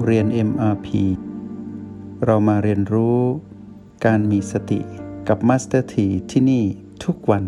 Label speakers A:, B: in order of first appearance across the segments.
A: เรียน MRP เรามาเรียนรู้การมีสติกับ Master T ที่นี่ทุกวัน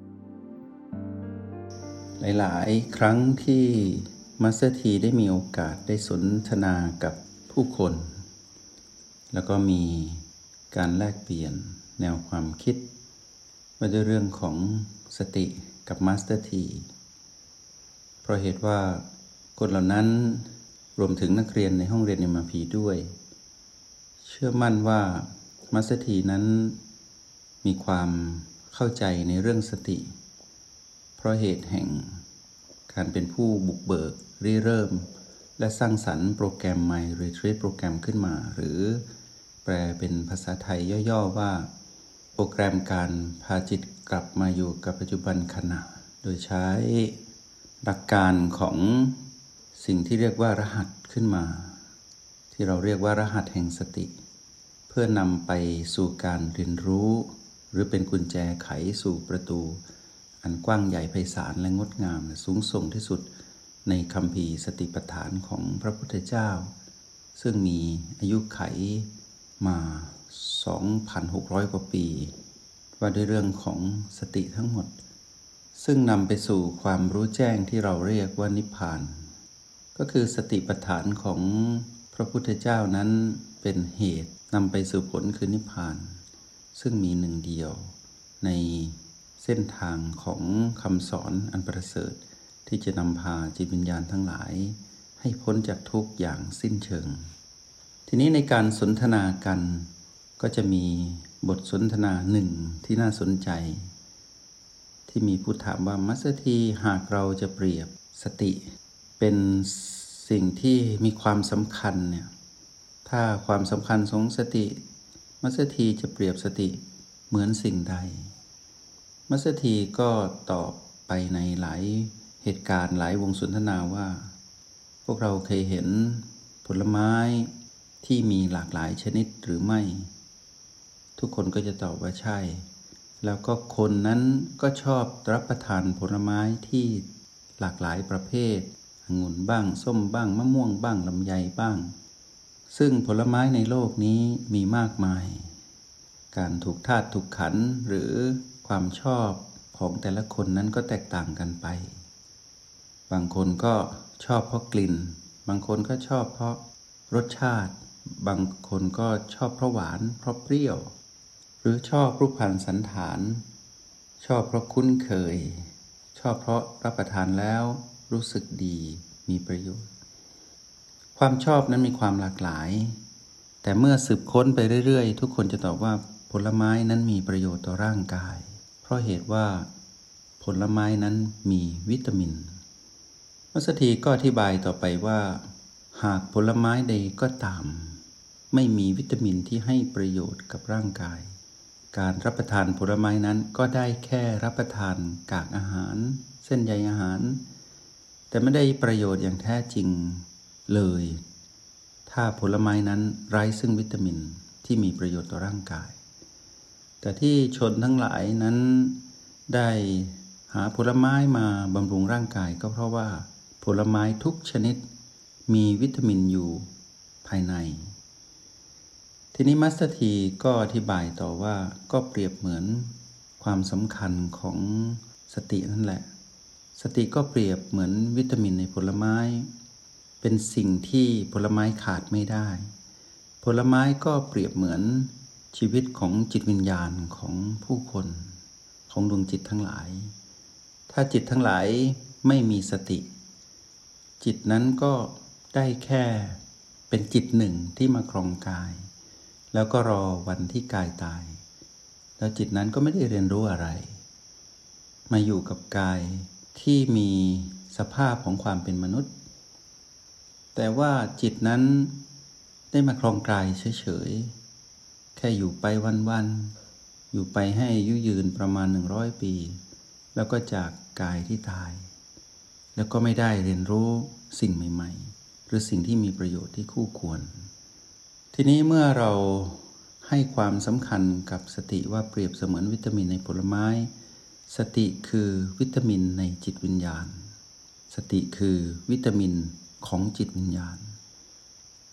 A: หลายๆครั้งที่ Master T ได้มีโอกาสได้สนทนากับผู้คนแล้วก็มีการแลกเปลี่ยนแนวความคิดว่าด้วยเรื่องของสติกับ Master T เพราะเหตุว่าคนเหล่านั้นรวมถึงนักเรียนในห้องเรียน MRP ด้วยเชื่อมั่นว่า Master T นั้นมีความเข้าใจในเรื่องสติเพราะเหตุแห่งการเป็นผู้บุกเบิกริเริ่มและสร้างสรรค์โปรแกรม My Retreat โปรแกรมขึ้นมาหรือแปลเป็นภาษาไทยย่อๆว่าโปรแกรมการพาจิตกลับมาอยู่กับปัจจุบันขณะโดยใช้หลักการของสิ่งที่เรียกว่ารหัสขึ้นมาที่เราเรียกว่ารหัสแห่งสติเพื่อนำไปสู่การเรียนรู้หรือเป็นกุญแจไขสู่ประตูอันกว้างใหญ่ไพศาลและงดงามและสูงส่งที่สุดในคัมภีร์สติปัฏฐานของพระพุทธเจ้าซึ่งมีอายุไขมา 2,600 กว่าปีว่าด้วยเรื่องของสติทั้งหมดซึ่งนำไปสู่ความรู้แจ้งที่เราเรียกว่านิพพานก็คือสติปัฏฐานของพระพุทธเจ้านั้นเป็นเหตุนำไปสู่ผลคือนิพพานซึ่งมีหนึ่งเดียวในเส้นทางของคำสอนอันประเสริฐที่จะนำพาจิตวิญญาณทั้งหลายให้พ้นจากทุกข์อย่างสิ้นเชิงทีนี้ในการสนทนากันก็จะมีบทสนทนาหนึ่งที่น่าสนใจที่มีผู้ถามว่ามัสทีหากเราจะเปรียบสติเป็นสิ่งที่มีความสำคัญเนี่ยถ้าความสำคัญของสติมัสทีจะเปรียบสติเหมือนสิ่งใดมัสทีก็ตอบไปในหลายเหตุการณ์หลายวงสนทนาว่าพวกเราเคยเห็นผลไม้ที่มีหลากหลายชนิดหรือไม่ทุกคนก็จะตอบว่าใช่แล้วก็คนนั้นก็ชอบรับประทานผลไม้ที่หลากหลายประเภทองุ่นบ้างส้มบ้างมะม่วงบ้างลำไยบ้างซึ่งผลไม้ในโลกนี้มีมากมายการถูกธาตุถูกขันธ์หรือความชอบของแต่ละคนนั้นก็แตกต่างกันไปบางคนก็ชอบเพราะกลิ่นบางคนก็ชอบเพราะรสชาติบางคนก็ชอบเพราะหวานเพราะเปรี้ยวหรือชอบรูปพรรณสันฐานชอบเพราะคุ้นเคยชอบเพราะรับประทานแล้วรู้สึกดีมีประโยชน์ความชอบนั้นมีความหลากหลายแต่เมื่อสืบค้นไปเรื่อยๆทุกคนจะตอบว่าผลไม้นั้นมีประโยชน์ต่อร่างกายเพราะเหตุว่าผลไม้นั้นมีวิตามินมัสถีก็อธิบายต่อไปว่าหากผลไม้ใดก็ตามไม่มีวิตามินที่ให้ประโยชน์กับร่างกายการรับประทานผลไม้นั้นก็ได้แค่รับประทานกากอาหารเส้นใยอาหารแต่ไม่ได้ประโยชน์อย่างแท้จริงเลยถ้าผลไม้นั้นไร้ซึ่งวิตามินที่มีประโยชน์ต่อร่างกายแต่ที่ชนทั้งหลายนั้นได้หาผลไม้มาบำรุงร่างกายก็เพราะว่าผลไม้ทุกชนิดมีวิตามินอยู่ภายในทีนี้มัสเตอร์ทีก็อธิบายต่อว่าก็เปรียบเหมือนความสำคัญของสตินั่นแหละสติก็เปรียบเหมือนวิตามินในผลไม้เป็นสิ่งที่ผลไม้ขาดไม่ได้ผลไม้ก็เปรียบเหมือนชีวิตของจิตวิญญาณของผู้คนของดวงจิตทั้งหลายถ้าจิตทั้งหลายไม่มีสติจิตนั้นก็ได้แค่เป็นจิตหนึ่งที่มาครองกายแล้วก็รอวันที่กายตายแล้วจิตนั้นก็ไม่ได้เรียนรู้อะไรมาอยู่กับกายที่มีสภาพของความเป็นมนุษย์แต่ว่าจิตนั้นได้มาครองกายเฉยๆแค่อยู่ไปวันๆอยู่ไปให้อายุยืนประมาณ100 ปีแล้วก็จากกายที่ตายแล้วก็ไม่ได้เรียนรู้สิ่งใหม่ๆหรือสิ่งที่มีประโยชน์ที่คู่ควรทีนี้เมื่อเราให้ความสำคัญกับสติว่าเปรียบเสมือนวิตามินในผลไม้สติคือวิตามินในจิตวิญญาณสติคือวิตามินของจิตวิญญาณ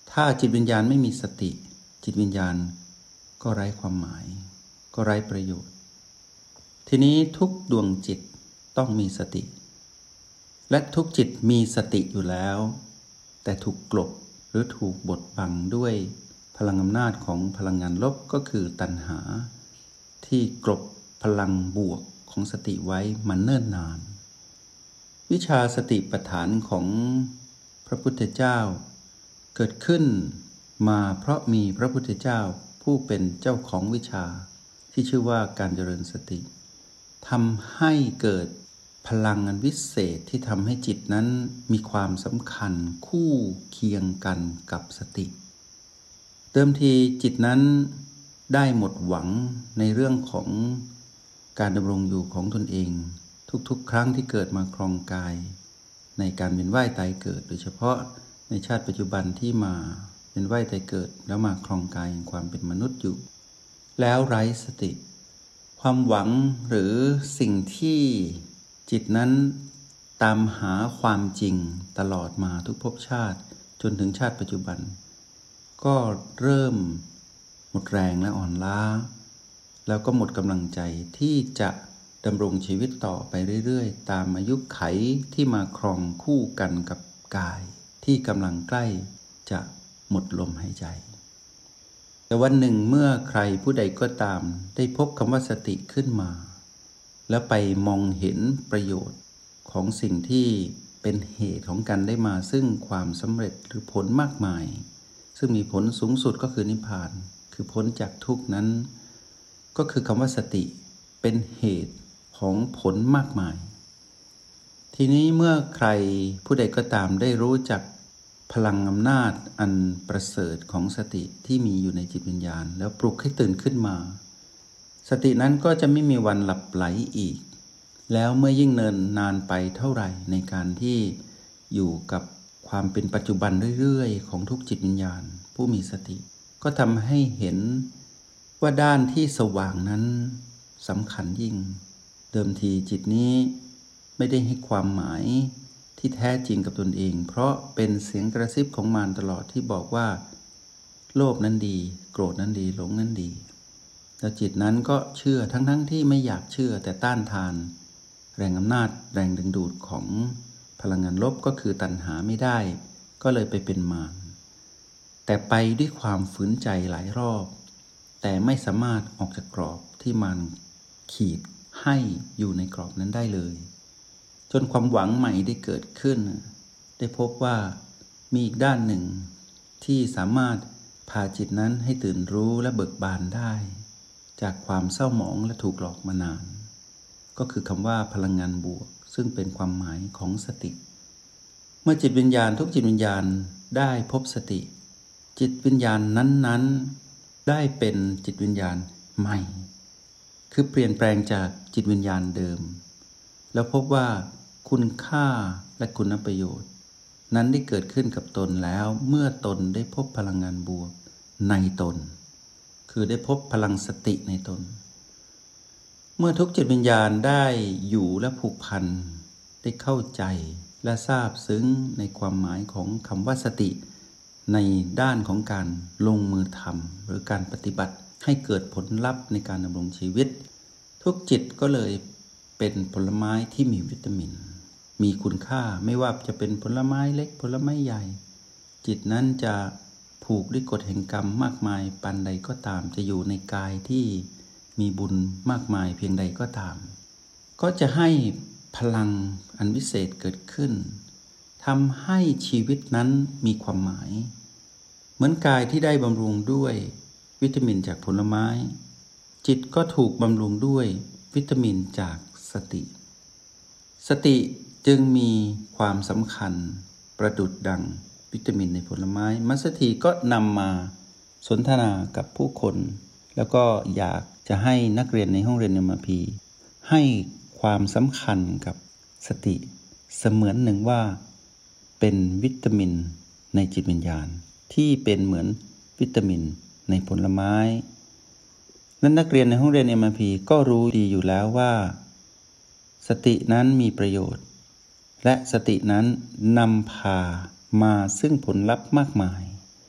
A: ถ้าจิตวิญญาณไม่มีสติจิตวิญญาณก็ไร้ความหมายก็ไร้ประโยชน์ทีนี้ทุกดวงจิตต้องมีสติและทุกจิตมีสติอยู่แล้วแต่ถูกกลบหรือถูกบดบังด้วยพลังอำนาจของพลังงานลบก็คือตัณหาที่กลบพลังบวกของสติไว้มาเนิ่นนานวิชาสติปัฏฐานของพระพุทธเจ้าเกิดขึ้นมาเพราะมีพระพุทธเจ้าผู้เป็นเจ้าของวิชาที่ชื่อว่าการเจริญสติทำให้เกิดพลังอันวิเศษที่ทำให้จิตนั้นมีความสำคัญคู่เคียงกันกับสติเดิมทีจิตนั้นได้หมดหวังในเรื่องของการดำรงอยู่ของตนเองทุกๆครั้งที่เกิดมาครองกายในการเวียนว่ายตายเกิดโดยเฉพาะในชาติปัจจุบันที่มาเวียนว่ายตายเกิดแล้วมาครองกายแห่งความเป็นมนุษย์อยู่แล้วไร้สติความหวังหรือสิ่งที่จิตนั้นตามหาความจริงตลอดมาทุกภพชาติจนถึงชาติปัจจุบันก็เริ่มหมดแรงและอ่อนล้าแล้วก็หมดกำลังใจที่จะดำรงชีวิตต่อไปเรื่อยๆตามอายุไขที่มาครองคู่กันกับกายที่กำลังใกล้จะหมดลมหายใจแต่วันหนึ่งเมื่อใครผู้ใดก็ตามได้พบคำว่าสติขึ้นมาแล้วไปมองเห็นประโยชน์ของสิ่งที่เป็นเหตุของการได้มาซึ่งความสำเร็จหรือผลมากมายซึ่งมีผลสูงสุดก็คือนิพพานคือพ้นจากทุกข์นั้นก็คือคำว่าสติเป็นเหตุของผลมากมายทีนี้เมื่อใครผู้ใดก็ตามได้รู้จักพลังอำนาจอันประเสริฐของสติที่มีอยู่ในจิตวิญญาณแล้วปลุกให้ตื่นขึ้นมาสตินั้นก็จะไม่มีวันหลับไหลอีกแล้วเมื่อยิ่งเนินนานไปเท่าไหร่ในการที่อยู่กับความเป็นปัจจุบันเรื่อยๆของทุกจิตวิญญาณผู้มีสติก็ทำให้เห็นว่าด้านที่สว่างนั้นสำคัญยิ่งเดิมทีจิตนี้ไม่ได้ให้ความหมายที่แท้จริงกับตนเองเพราะเป็นเสียงกระซิบของมารตลอดที่บอกว่าโลภนั้นดีโกรธนั้นดีหลงนั้นดีแล้วจิตนั้นก็เชื่อทั้งที่ไม่อยากเชื่อแต่ต้านทานแรงอำนาจแรงดึงดูดของพลังงานลบก็คือตัณหาไม่ได้ก็เลยไปเป็นมารแต่ไปด้วยความฝืนใจหลายรอบแต่ไม่สามารถออกจากกรอบที่มารขีดให้อยู่ในกรอบนั้นได้เลยจนความหวังใหม่ได้เกิดขึ้นได้พบว่ามีอีกด้านหนึ่งที่สามารถพาจิตนั้นให้ตื่นรู้และเบิกบานได้จากความเศร้าหมองและถูกหลอกมานานก็คือคำว่าพลังงานบวกซึ่งเป็นความหมายของสติเมื่อจิตวิญญาณทุกจิตวิญญาณได้พบสติจิตวิญญาณนั้นๆได้เป็นจิตวิญญาณใหม่คือเปลี่ยนแปลงจากจิตวิญญาณเดิมแล้วพบว่าคุณค่าและคุณประโยชน์นั้นได้เกิดขึ้นกับตนแล้วเมื่อตนได้พบพลังงานบวกในตนคือได้พบพลังสติในตนเมื่อทุกจิตวิญญาณได้อยู่และผูกพันได้เข้าใจและทราบซึ้งในความหมายของคำว่าสติในด้านของการลงมือทำหรือการปฏิบัติให้เกิดผลลัพธ์ในการดำรงชีวิตทุกจิตก็เลยเป็นผลไม้ที่มีวิตามินมีคุณค่าไม่ว่าจะเป็นผลไม้เล็กผลไม้ใหญ่จิตนั้นจะผูกด้วยกฎแห่งกรรมมากมายปานใดก็ตามจะอยู่ในกายที่มีบุญมากมายเพียงใดก็ตามก็จะให้พลังอันวิเศษเกิดขึ้นทำให้ชีวิตนั้นมีความหมายเหมือนกายที่ได้บำรุงด้วยวิตามินจากผลไม้จิตก็ถูกบำรุงด้วยวิตามินจากสติสติจึงมีความสำคัญประดุจดังวิตามินในผลไม้มัสถีก็นำมาสนทนากับผู้คนแล้วก็อยากจะให้นักเรียนในห้องเรียน MRP ให้ความสำคัญกับสติเสมือนหนึ่งว่าเป็นวิตามินในจิตวิญญาณที่เป็นเหมือนวิตามินในผลไม้นั้นนักเรียนในห้องเรียน MRP ก็รู้ดีอยู่แล้วว่าสตินั้นมีประโยชน์และสตินั้นนำพามาซึ่งผลลัพธ์มากมาย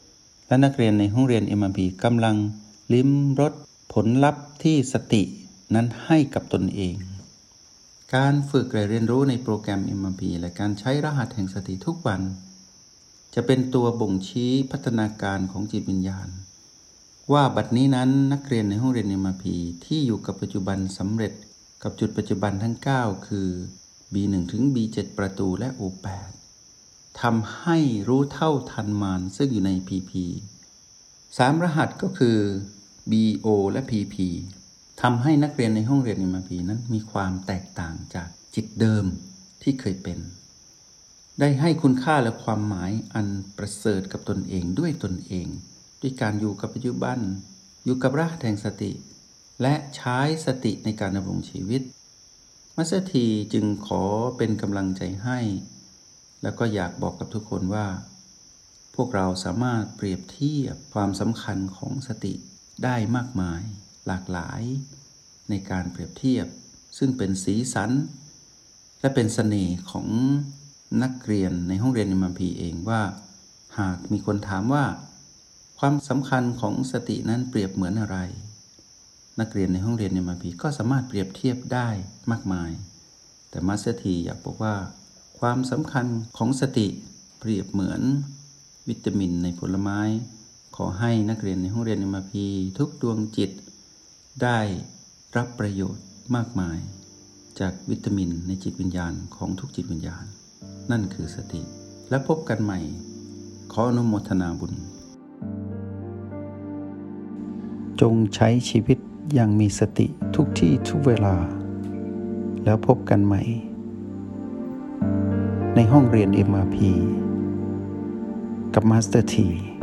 A: และนักเรียนในห้องเรียน MRP กำลังลิ้มรสผลลัพธ์ที่สตินั้นให้กับตนเองการฝึกและเรียนรู้ในโปรแกรม MRP และการใช้รหัสแห่งสติทุกวันจะเป็นตัวบ่งชี้พัฒนาการของจิตวิญญาณว่าบัดนี้นั้นนักเรียนในห้องเรียน MRP ที่อยู่กับปัจจุบันสำเร็จกับจุดปัจจุบันทั้ง9คือ B1 ถึง B7 ประตูและ O8 ทำให้รู้เท่าทันมารซึ่งอยู่ใน PP 3 รหัสก็คือ BO และ PP ทำให้นักเรียนในห้องเรียน MRP นั้นมีความแตกต่างจากจิตเดิมที่เคยเป็นได้ให้คุณค่าและความหมายอันประเสริฐกับตนเองด้วยตนเองด้วยการอยู่กับปัจจุบันอยู่กับรหัสแห่งสติและใช้สติในการดำรงชีวิตมัสถีจึงขอเป็นกำลังใจให้แล้วก็อยากบอกกับทุกคนว่าพวกเราสามารถเปรียบเทียบความสำคัญของสติได้มากมายหลากหลายในการเปรียบเทียบซึ่งเป็นสีสันและเป็นเสน่ห์ของนักเรียนในห้องเรียน MRP เองว่าหากมีคนถามว่าความสำคัญของสตินั้นเปรียบเหมือนอะไรนักเรียนในห้องเรียน MRP ก็สามารถเปรียบเทียบได้มากมายแต่มาสเตอร์ทีอยากบอกว่าความสำคัญของสติเปรียบเหมือนวิตามินในผลไม้ขอให้นักเรียนในห้องเรียน MRP ทุกดวงจิตได้รับประโยชน์มากมายจากวิตามินในจิตวิญญาณของทุกจิตวิญญาณนั่นคือสติและพบกันใหม่ขออนุโมทนาบุญจงใช้ชีวิตอย่างมีสติทุกที่ทุกเวลาแล้วพบกันใหม่ในห้องเรียน MRP กับมาสเตอร์ที